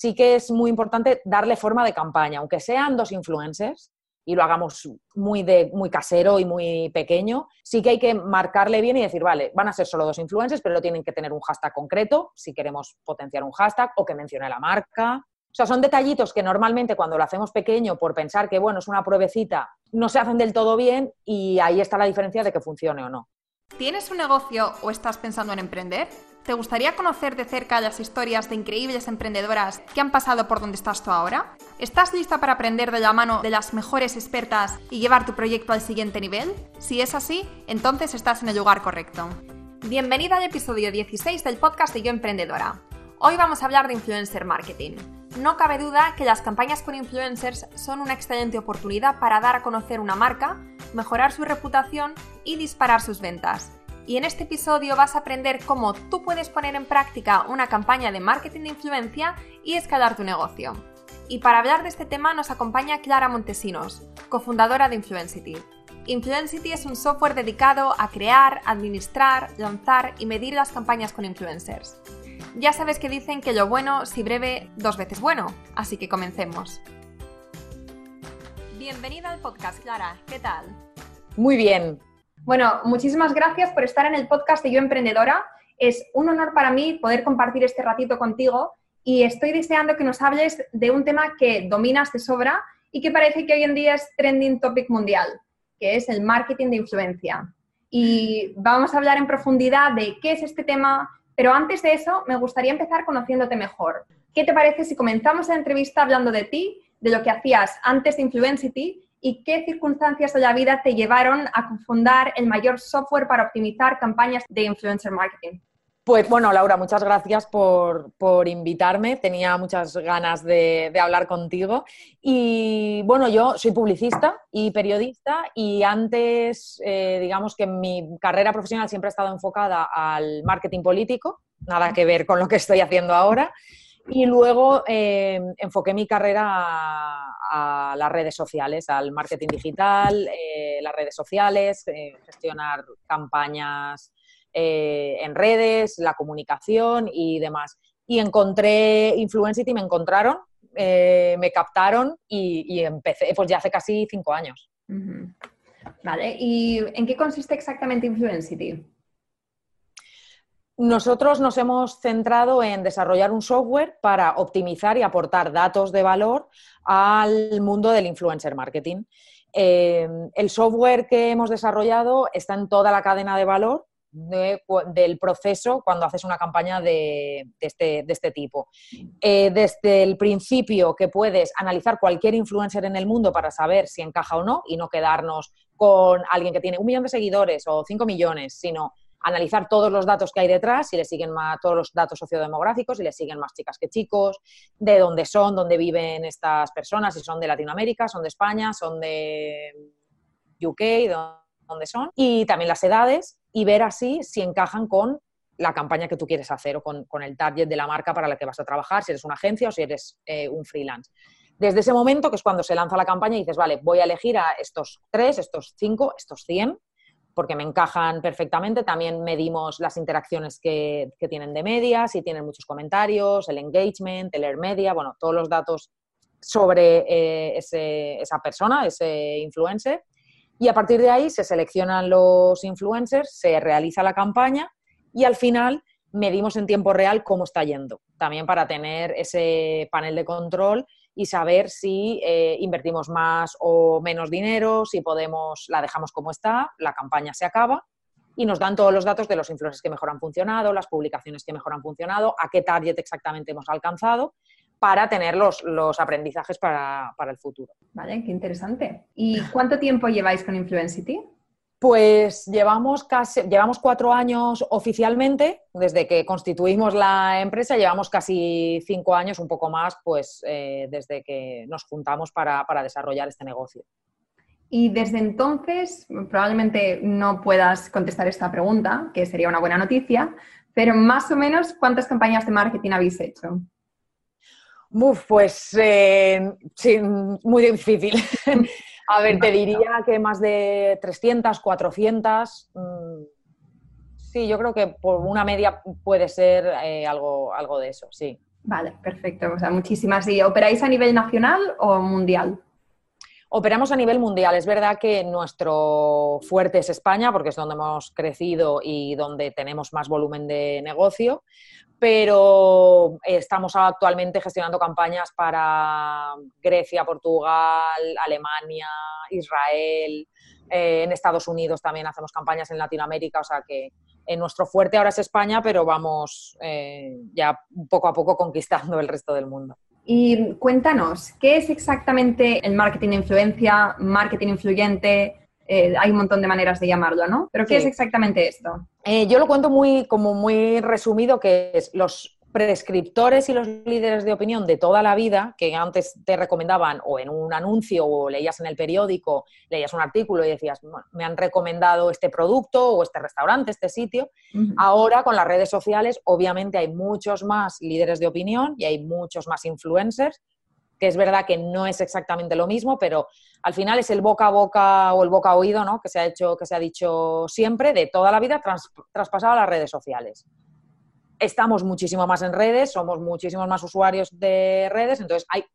sí que es muy importante darle forma de campaña, aunque sean 2 influencers y lo hagamos muy casero y muy pequeño, sí que hay que marcarle bien y decir, vale, van a ser solo 2 influencers, pero tienen que tener un hashtag concreto, si queremos potenciar un hashtag, o que mencione la marca. O sea, son detallitos que normalmente cuando lo hacemos pequeño, por pensar que, bueno, es una pruebecita, no se hacen del todo bien y ahí está la diferencia de que funcione o no. ¿Tienes un negocio o estás pensando en emprender? ¿Te gustaría conocer de cerca las historias de increíbles emprendedoras que han pasado por donde estás tú ahora? ¿Estás lista para aprender de la mano de las mejores expertas y llevar tu proyecto al siguiente nivel? Si es así, entonces estás en el lugar correcto. Bienvenida al episodio 16 del podcast de Yo Emprendedora. Hoy vamos a hablar de influencer marketing. No cabe duda que las campañas con influencers son una excelente oportunidad para dar a conocer una marca, mejorar su reputación y disparar sus ventas. Y en este episodio vas a aprender cómo tú puedes poner en práctica una campaña de marketing de influencia y escalar tu negocio. Y para hablar de este tema nos acompaña Clara Montesinos, cofundadora de Influencity. Influencity es un software dedicado a crear, administrar, lanzar y medir las campañas con influencers. Ya sabes que dicen que lo bueno, si breve, 2 veces bueno, así que comencemos. Bienvenida al podcast, Clara. ¿Qué tal? Muy bien. Bueno, muchísimas gracias por estar en el podcast de Yo Emprendedora. Es un honor para mí poder compartir este ratito contigo y estoy deseando que nos hables de un tema que dominas de sobra y que parece que hoy en día es trending topic mundial, que es el marketing de influencia. Y vamos a hablar en profundidad de qué es este tema. Pero antes de eso, me gustaría empezar conociéndote mejor. ¿Qué te parece si comenzamos la entrevista hablando de ti, de lo que hacías antes de Influencity y qué circunstancias de la vida te llevaron a fundar el mayor software para optimizar campañas de influencer marketing? Pues bueno, Laura, muchas gracias por invitarme. Tenía muchas ganas de hablar contigo. Y bueno, yo soy publicista y periodista y antes, digamos que mi carrera profesional siempre ha estado enfocada al marketing político, nada que ver con lo que estoy haciendo ahora. Y luego enfoqué mi carrera a las redes sociales, al marketing digital, las redes sociales, gestionar campañas en redes, la comunicación y demás. Y encontré Influencity, me encontraron, me captaron y empecé, pues ya hace casi 5 años. Uh-huh. Vale, ¿y en qué consiste exactamente Influencity? Nosotros nos hemos centrado en desarrollar un software para optimizar y aportar datos de valor al mundo del influencer marketing. El software que hemos desarrollado está en toda la cadena de valor del proceso cuando haces una campaña de este tipo. Desde el principio que puedes analizar cualquier influencer en el mundo para saber si encaja o no y no quedarnos con alguien que tiene 1 millón de seguidores o 5 millones, sino analizar todos los datos que hay detrás, si le siguen más, todos los datos sociodemográficos, si le siguen más chicas que chicos, de dónde son, dónde viven estas personas, si son de Latinoamérica, son de España, son de UK, dónde son, y también las edades, y ver así si encajan con la campaña que tú quieres hacer o con el target de la marca para la que vas a trabajar, si eres una agencia o si eres un freelance. Desde ese momento, que es cuando se lanza la campaña, y dices, vale, voy a elegir a estos 3, estos 5, estos 100, porque me encajan perfectamente. También medimos las interacciones que tienen de media, si tienen muchos comentarios, el engagement, el earn media, bueno, todos los datos sobre esa persona, ese influencer. Y a partir de ahí se seleccionan los influencers, se realiza la campaña y al final medimos en tiempo real cómo está yendo. También para tener ese panel de control y saber si invertimos más o menos dinero, si la dejamos como está, la campaña se acaba y nos dan todos los datos de los influencers que mejor han funcionado, las publicaciones que mejor han funcionado, a qué target exactamente hemos alcanzado, para tener los aprendizajes para el futuro. Vale, qué interesante. ¿Y cuánto tiempo lleváis con Influencity? Pues llevamos 4 años oficialmente, desde que constituimos la empresa, llevamos casi 5 años, un poco más, pues desde que nos juntamos para desarrollar este negocio. Y desde entonces, probablemente no puedas contestar esta pregunta, que sería una buena noticia, pero más o menos, ¿cuántas campañas de marketing habéis hecho? Pues sí, muy difícil. A ver, te diría que más de 300, 400. Sí, yo creo que por una media puede ser algo de eso, sí. Vale, perfecto. O sea, muchísimas. ¿Y operáis a nivel nacional o mundial? Operamos a nivel mundial. Es verdad que nuestro fuerte es España, porque es donde hemos crecido y donde tenemos más volumen de negocio, pero estamos actualmente gestionando campañas para Grecia, Portugal, Alemania, Israel, en Estados Unidos también hacemos campañas en Latinoamérica, o sea que nuestro fuerte ahora es España, pero vamos ya poco a poco conquistando el resto del mundo. Y cuéntanos, ¿qué es exactamente el marketing de influencia, marketing influyente? Hay un montón de maneras de llamarlo, ¿no? Pero ¿qué es exactamente esto? Yo lo cuento muy resumido, que es los prescriptores y los líderes de opinión de toda la vida, que antes te recomendaban o en un anuncio o leías en el periódico, leías un artículo y decías, bueno, me han recomendado este producto o este restaurante, este sitio. Uh-huh. Ahora con las redes sociales obviamente hay muchos más líderes de opinión y hay muchos más influencers, que es verdad que no es exactamente lo mismo, pero al final es el boca a boca o el boca a oído, ¿no? que se ha dicho siempre, de toda la vida, traspasado a las redes sociales. Estamos muchísimo más en redes, somos muchísimos más usuarios de redes, entonces hay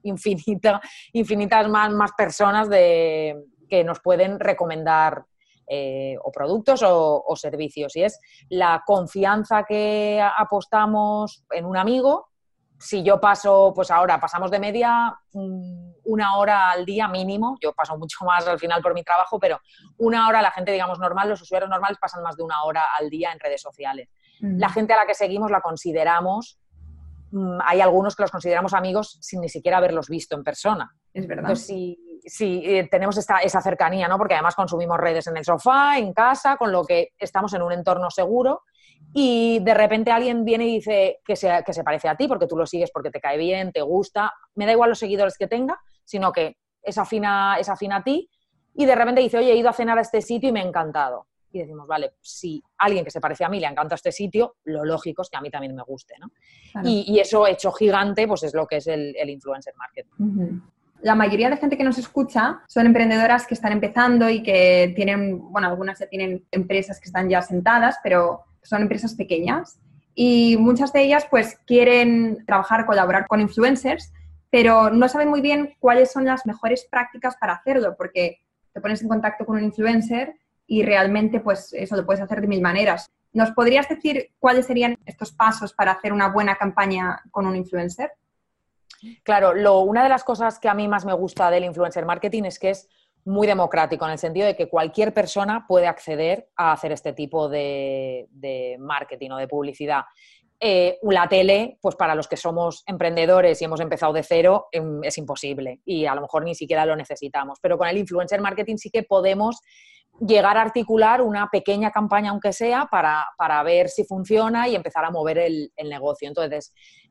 infinitas más personas que nos pueden recomendar o productos o servicios. Y es la confianza que apostamos en un amigo. Si yo paso, pues ahora pasamos de media 1 hora al día mínimo, yo paso mucho más al final por mi trabajo, pero 1 hora, la gente, digamos, normal, los usuarios normales pasan más de 1 hora al día en redes sociales. La gente a la que seguimos la consideramos, hay algunos que los consideramos amigos sin ni siquiera haberlos visto en persona. Es verdad. Entonces, sí, tenemos esa cercanía, ¿no? Porque además consumimos redes en el sofá, en casa, con lo que estamos en un entorno seguro y de repente alguien viene y dice que se parece a ti porque tú lo sigues, porque te cae bien, te gusta, me da igual los seguidores que tenga, sino que es afina a ti y de repente dice, oye, he ido a cenar a este sitio y me ha encantado. Y decimos, vale, si alguien que se parece a mí le encanta este sitio, lo lógico es que a mí también me guste, ¿no? Claro. Y eso hecho gigante, pues es lo que es el influencer marketing. Uh-huh. La mayoría de gente que nos escucha son emprendedoras que están empezando y que tienen, bueno, algunas ya tienen empresas que están ya asentadas, pero son empresas pequeñas. Y muchas de ellas, pues, quieren trabajar, colaborar con influencers, pero no saben muy bien cuáles son las mejores prácticas para hacerlo, porque te pones en contacto con un influencer y realmente, pues, eso lo puedes hacer de 1000 maneras. ¿Nos podrías decir cuáles serían estos pasos para hacer una buena campaña con un influencer? Claro, una de las cosas que a mí más me gusta del influencer marketing es que es muy democrático, en el sentido de que cualquier persona puede acceder a hacer este tipo de marketing o de publicidad. La tele, pues para los que somos emprendedores y hemos empezado de cero, es imposible y a lo mejor ni siquiera lo necesitamos. Pero con el influencer marketing sí que podemos llegar a articular una pequeña campaña, aunque sea, para ver si funciona y empezar a mover el negocio. Entonces,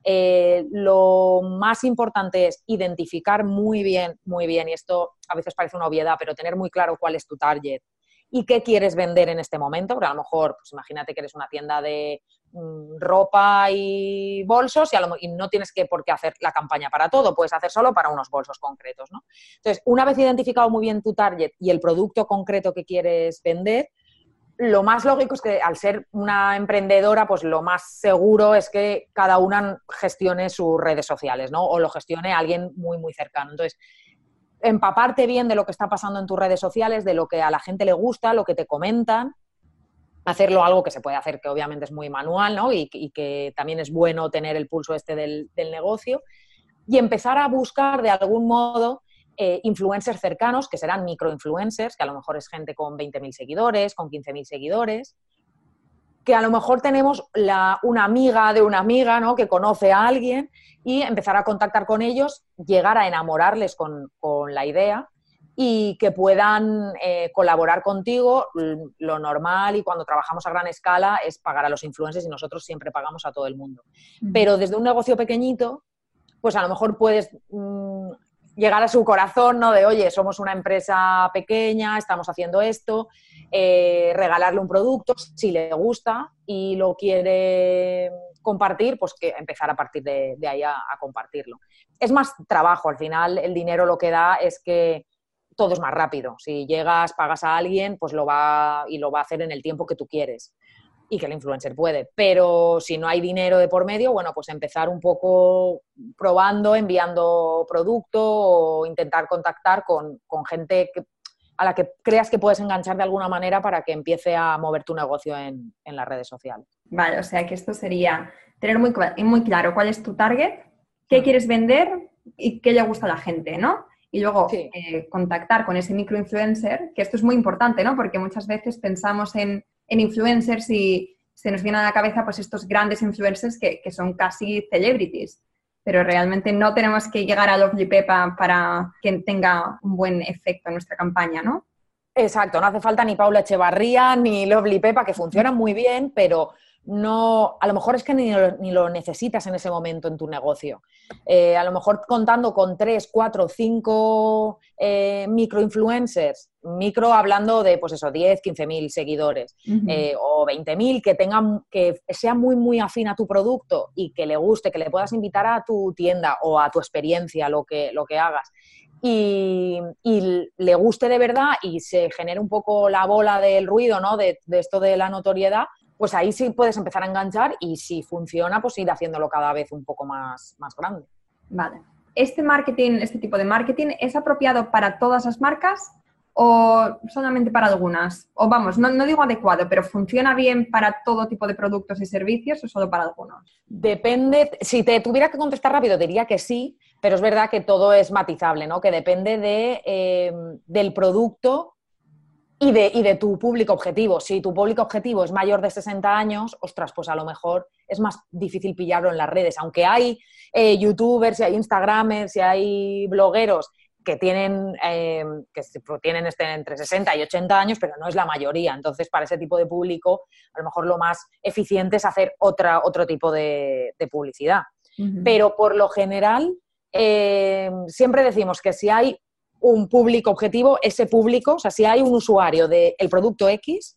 lo más importante es identificar muy bien, y esto a veces parece una obviedad, pero tener muy claro cuál es tu target y qué quieres vender en este momento, porque a lo mejor, pues imagínate que eres una tienda de ropa y bolsos y no tienes por qué hacer la campaña para todo, puedes hacer solo para unos bolsos concretos, ¿no? Entonces, una vez identificado muy bien tu target y el producto concreto que quieres vender, lo más lógico es que al ser una emprendedora, pues lo más seguro es que cada una gestione sus redes sociales, ¿no? O lo gestione alguien muy, muy cercano. Entonces, empaparte bien de lo que está pasando en tus redes sociales, de lo que a la gente le gusta, lo que te comentan, hacerlo algo que se puede hacer, que obviamente es muy manual, ¿no? Y que también es bueno tener el pulso del negocio, y empezar a buscar de algún modo influencers cercanos, que serán microinfluencers, que a lo mejor es gente con 20.000 seguidores, con 15.000 seguidores, que a lo mejor tenemos una amiga de una amiga, ¿no? Que conoce a alguien, y empezar a contactar con ellos, llegar a enamorarles con la idea y que puedan colaborar contigo. Lo normal y cuando trabajamos a gran escala es pagar a los influencers y nosotros siempre pagamos a todo el mundo. Pero desde un negocio pequeñito, pues a lo mejor puedes llegar a su corazón, ¿no? De, oye, somos una empresa pequeña, estamos haciendo esto, regalarle un producto, si le gusta y lo quiere compartir, pues que empezar a partir de ahí a compartirlo. Es más trabajo, al final el dinero lo que da es que todo es más rápido. Si llegas, pagas a alguien, pues lo va a hacer en el tiempo que tú quieres. y que el influencer puede. Pero si no hay dinero de por medio, bueno, pues empezar un poco probando, enviando producto o intentar contactar con gente a la que creas que puedes enganchar de alguna manera para que empiece a mover tu negocio en las redes sociales. Vale, o sea que esto sería tener muy claro cuál es tu target, qué quieres vender y qué le gusta a la gente, ¿no? Y luego sí. Contactar con ese microinfluencer, que esto es muy importante, ¿no? Porque muchas veces pensamos en influencers y se nos viene a la cabeza pues estos grandes influencers que son casi celebrities. Pero realmente no tenemos que llegar a Lovely Pepa para que tenga un buen efecto en nuestra campaña, ¿no? Exacto, no hace falta ni Paula Echevarría ni Lovely Pepa, que funcionan muy bien, pero no, a lo mejor es que ni lo necesitas en ese momento en tu negocio. A lo mejor contando con 3, 4, 5 microinfluencers, micro hablando de, pues eso, 10, 15.000 seguidores, o 20.000 que sea muy, muy afín a tu producto y que le guste, que le puedas invitar a tu tienda o a tu experiencia, lo que hagas. Y le guste de verdad y se genere un poco la bola del ruido, ¿no? De esto de la notoriedad, pues ahí sí puedes empezar a enganchar y si funciona, pues ir haciéndolo cada vez un poco más grande. Vale. ¿Este tipo de marketing es apropiado para todas las marcas o solamente para algunas? O vamos, no digo adecuado, pero ¿funciona bien para todo tipo de productos y servicios o solo para algunos? Depende, si te tuviera que contestar rápido diría que sí, pero es verdad que todo es matizable, ¿no? Que depende del producto y de tu público objetivo. Si tu público objetivo es mayor de 60 años, ostras, pues a lo mejor es más difícil pillarlo en las redes. Aunque hay youtubers, y hay instagramers, y hay blogueros que tienen entre 60 y 80 años, pero no es la mayoría. Entonces, para ese tipo de público, a lo mejor lo más eficiente es hacer otro tipo de publicidad. Uh-huh. Pero por lo general, siempre decimos que si hay un público objetivo, ese público, o sea, si hay un usuario del producto X,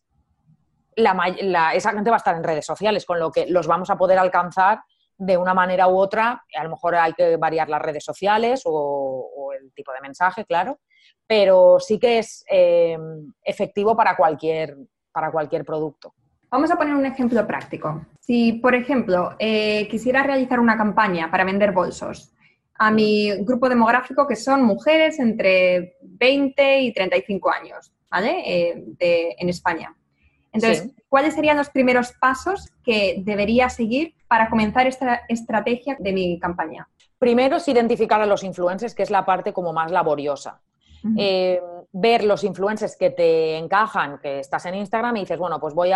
esa gente va a estar en redes sociales, con lo que los vamos a poder alcanzar de una manera u otra. A lo mejor hay que variar las redes sociales o el tipo de mensaje, claro, pero sí que es efectivo para cualquier producto. Vamos a poner un ejemplo práctico. Si, por ejemplo, quisiera realizar una campaña para vender bolsos a mi grupo demográfico, que son mujeres entre 20 y 35 años, ¿vale? En España. Entonces, sí. ¿Cuáles serían los primeros pasos que debería seguir para comenzar esta estrategia de mi campaña? Primero es identificar a los influencers, que es la parte como más laboriosa. Uh-huh. Ver los influencers que te encajan, que estás en Instagram y dices, bueno, pues voy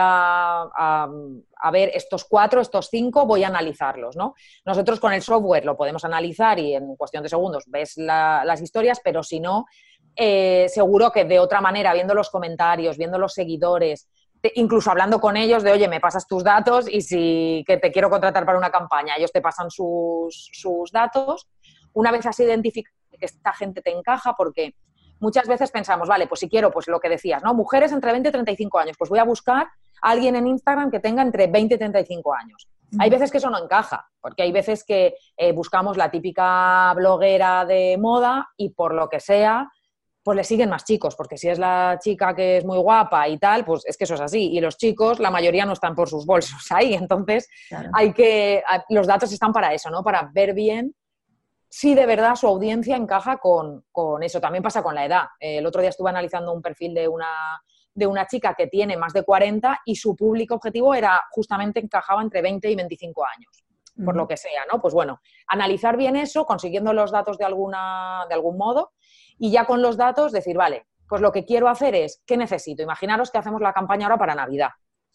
a ver estos 4, estos 5, voy a analizarlos, ¿no? Nosotros con el software lo podemos analizar y en cuestión de segundos ves las historias, pero si no, seguro que de otra manera, viendo los comentarios, viendo los seguidores, incluso hablando con ellos de, oye, me pasas tus datos y que te quiero contratar para una campaña, ellos te pasan sus datos. Una vez has identificado que esta gente te encaja, porque muchas veces pensamos, vale, pues si quiero, pues lo que decías, ¿no? Mujeres entre 20 y 35 años, pues voy a buscar a alguien en Instagram que tenga entre 20 y 35 años. Hay veces que eso no encaja, porque hay veces que buscamos la típica bloguera de moda y por lo que sea, pues le siguen más chicos, porque si es la chica que es muy guapa y tal, pues es que eso es así. Y los chicos, la mayoría no están por sus bolsos ahí, entonces claro. Los datos están para eso, ¿no? Para ver bien si de verdad su audiencia encaja con eso. También pasa con la edad. El otro día estuve analizando un perfil de una chica que tiene más de 40 y su público objetivo justamente encajaba entre 20 y 25 años, por lo que sea, ¿no? Pues bueno, analizar bien eso, consiguiendo los datos de algún modo, y ya con los datos decir, vale, pues lo que quiero hacer es, ¿qué necesito? Imaginaros que hacemos la campaña ahora para Navidad.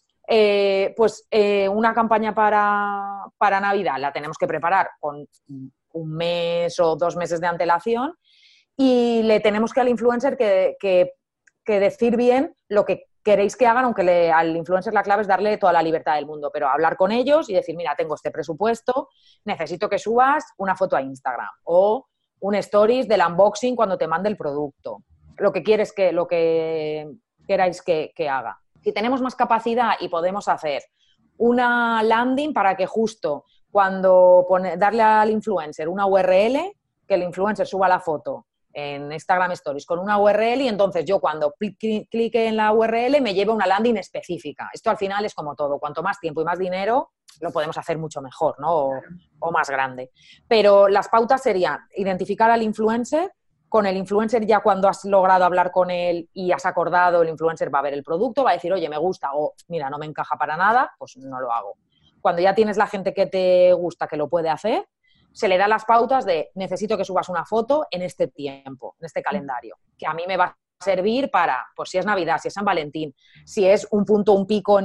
Una campaña para Navidad la tenemos que preparar con 1 mes o 2 meses de antelación y le tenemos que al influencer que decir bien lo que queréis que hagan, aunque al influencer la clave es darle toda la libertad del mundo, pero hablar con ellos y decir, mira, tengo este presupuesto, necesito que subas una foto a Instagram o un stories del unboxing cuando te mande el producto, lo que queráis que haga. Si tenemos más capacidad y podemos hacer una landing para que justo cuando darle al influencer una URL, que el influencer suba la foto en Instagram Stories con una URL y entonces yo cuando clique en la URL me lleva una landing específica. Esto al final es como todo, cuanto más tiempo y más dinero lo podemos hacer mucho mejor, ¿no? O más grande. Pero las pautas serían identificar al influencer, con el influencer ya cuando has logrado hablar con él y has acordado, el influencer va a ver el producto, va a decir, oye, me gusta o mira, no me encaja para nada, pues no lo hago. Cuando ya tienes la gente que te gusta que lo puede hacer, se le da las pautas de necesito que subas una foto en este tiempo, en este calendario, que a mí me va a servir para, pues si es Navidad, si es San Valentín, si es un punto, un pico en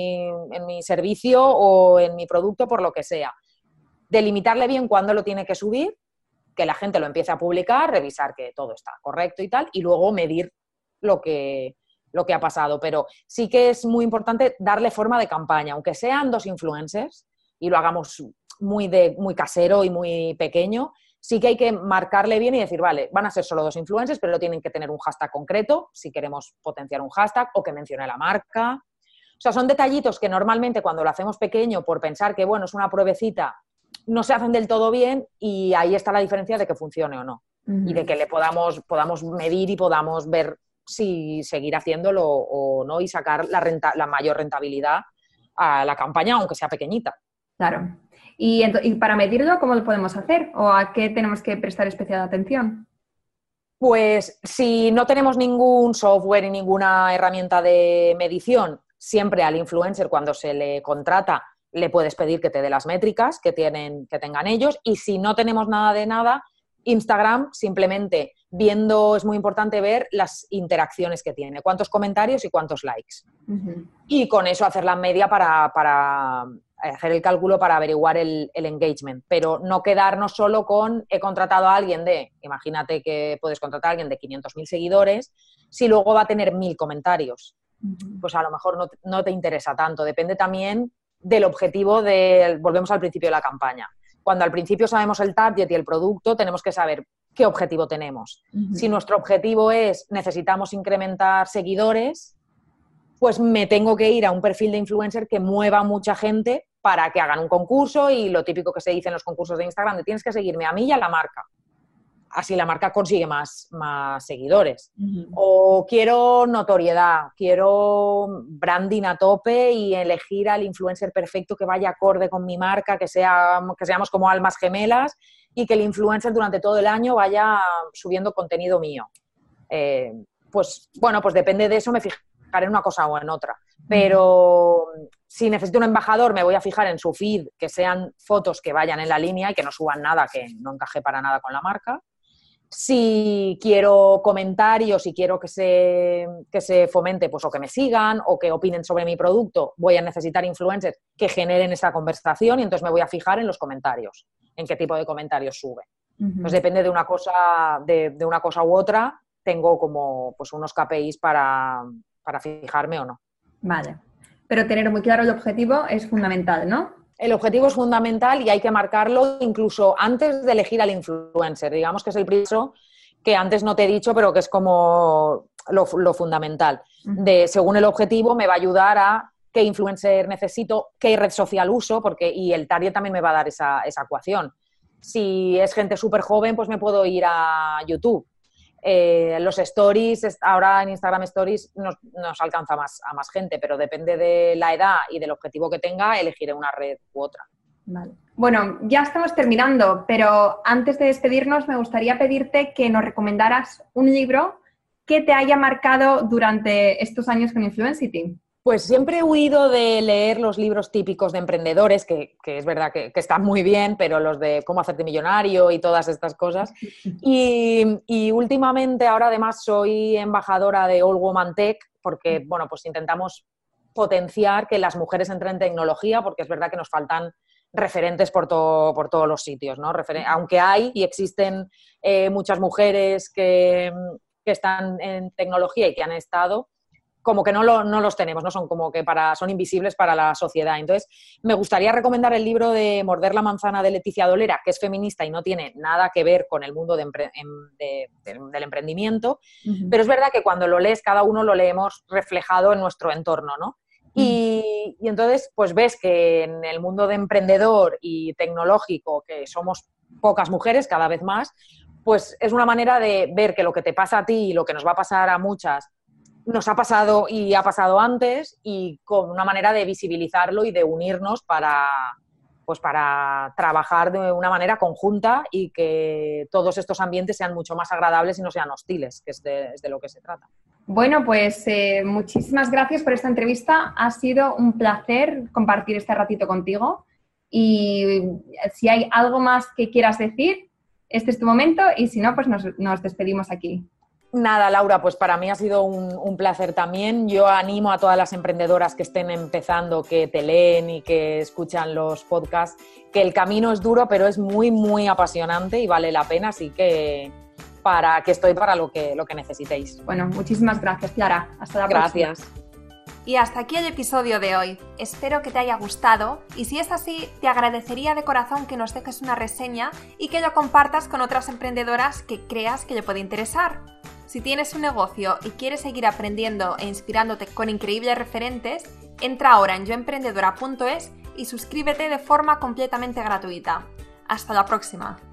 mi servicio o en mi producto, por lo que sea. Delimitarle bien cuándo lo tiene que subir, que la gente lo empiece a publicar, revisar que todo está correcto y tal, y luego medir lo que ha pasado. Pero sí que es muy importante darle forma de campaña, aunque sean 2 influencers y lo hagamos muy casero y muy pequeño, sí que hay que marcarle bien y decir, vale, van a ser solo 2 influencers, pero tienen que tener un hashtag concreto, si queremos potenciar un hashtag, o que mencione la marca. O sea, son detallitos que normalmente cuando lo hacemos pequeño, por pensar que, bueno, es una pruebecita, no se hacen del todo bien y ahí está la diferencia de que funcione o no. Y de que le podamos medir y podamos ver si seguir haciéndolo o no y sacar la mayor rentabilidad a la campaña, aunque sea pequeñita. Claro. ¿Y para medirlo, cómo lo podemos hacer? ¿O a qué tenemos que prestar especial atención? Pues si no tenemos ningún software y ninguna herramienta de medición, siempre al influencer cuando se le contrata le puedes pedir que te dé las métricas que tengan ellos, y si no tenemos nada de nada, Instagram simplemente viendo, es muy importante ver las interacciones que tiene, cuántos comentarios y cuántos likes. Y con eso hacer la media para hacer el cálculo para averiguar el engagement, pero no quedarnos solo con he contratado a alguien imagínate que puedes contratar a alguien de 500.000 seguidores, si luego va a tener 1.000 comentarios, pues a lo mejor no te interesa tanto, depende también del objetivo volvemos al principio de la campaña. Cuando al principio sabemos el target y el producto, tenemos que saber qué objetivo tenemos. Si nuestro objetivo es necesitamos incrementar seguidores, pues me tengo que ir a un perfil de influencer que mueva mucha gente para que hagan un concurso y lo típico que se dice en los concursos de Instagram, de tienes que seguirme a mí y a la marca. Así la marca consigue más seguidores. O quiero notoriedad, quiero branding a tope y elegir al influencer perfecto que vaya acorde con mi marca, que seamos como almas gemelas y que el influencer durante todo el año vaya subiendo contenido mío. Pues depende de eso, me fijaré en una cosa o en otra. Pero si necesito un embajador, me voy a fijar en su feed, que sean fotos que vayan en la línea y que no suban nada que no encaje para nada con la marca. Si quiero comentarios y quiero que se fomente, pues o que me sigan o que opinen sobre mi producto, voy a necesitar influencers que generen esa conversación y entonces me voy a fijar en los comentarios, en qué tipo de comentarios sube. Pues depende de una cosa u otra, tengo como pues unos KPIs para fijarme o no. Vale, pero tener muy claro el objetivo es fundamental, ¿no? El objetivo es fundamental y hay que marcarlo incluso antes de elegir al influencer. Digamos que es el primero que antes no te he dicho, pero que es como lo fundamental. Según el objetivo me va a ayudar a qué influencer necesito, qué red social uso, y el target también me va a dar esa ecuación. Si es gente súper joven, pues me puedo ir a YouTube. Los stories, ahora en Instagram Stories nos alcanza a más gente, pero depende de la edad y del objetivo que tenga, elegiré una red u otra. Vale. Bueno, ya estamos terminando, pero antes de despedirnos me gustaría pedirte que nos recomendaras un libro que te haya marcado durante estos años con Influencity. Pues siempre he huido de leer los libros típicos de emprendedores, que es verdad que están muy bien, pero los de cómo hacerte millonario y todas estas cosas. Y últimamente, ahora además soy embajadora de All Woman Tech, porque pues intentamos potenciar que las mujeres entren en tecnología, porque es verdad que nos faltan referentes por todos los sitios, ¿no? Aunque hay y existen muchas mujeres que están en tecnología y que han estado, como que no los tenemos, ¿no? Son como que son invisibles para la sociedad. Entonces, me gustaría recomendar el libro de Morder la manzana de Leticia Dolera, que es feminista y no tiene nada que ver con el mundo del emprendimiento, pero es verdad que cuando lo lees, cada uno lo leemos reflejado en nuestro entorno, ¿no? Y entonces, pues ves que en el mundo de emprendedor y tecnológico, que somos pocas mujeres, cada vez más, pues es una manera de ver que lo que te pasa a ti y lo que nos va a pasar a muchas nos ha pasado y ha pasado antes, y con una manera de visibilizarlo y de unirnos para trabajar de una manera conjunta y que todos estos ambientes sean mucho más agradables y no sean hostiles, que es de lo que se trata. Bueno, pues muchísimas gracias por esta entrevista. Ha sido un placer compartir este ratito contigo. Y si hay algo más que quieras decir, este es tu momento, y si no, pues nos despedimos aquí. Nada, Laura, pues para mí ha sido un placer también. Yo animo a todas las emprendedoras que estén empezando, que te leen y que escuchan los podcasts, que el camino es duro, pero es muy, muy apasionante y vale la pena, así que estoy para lo que necesitéis. Bueno, muchísimas gracias, Clara. Hasta la próxima. Gracias. Y hasta aquí el episodio de hoy. Espero que te haya gustado, y si es así, te agradecería de corazón que nos dejes una reseña y que lo compartas con otras emprendedoras que creas que le puede interesar. Si tienes un negocio y quieres seguir aprendiendo e inspirándote con increíbles referentes, entra ahora en yoemprendedora.es y suscríbete de forma completamente gratuita. Hasta la próxima.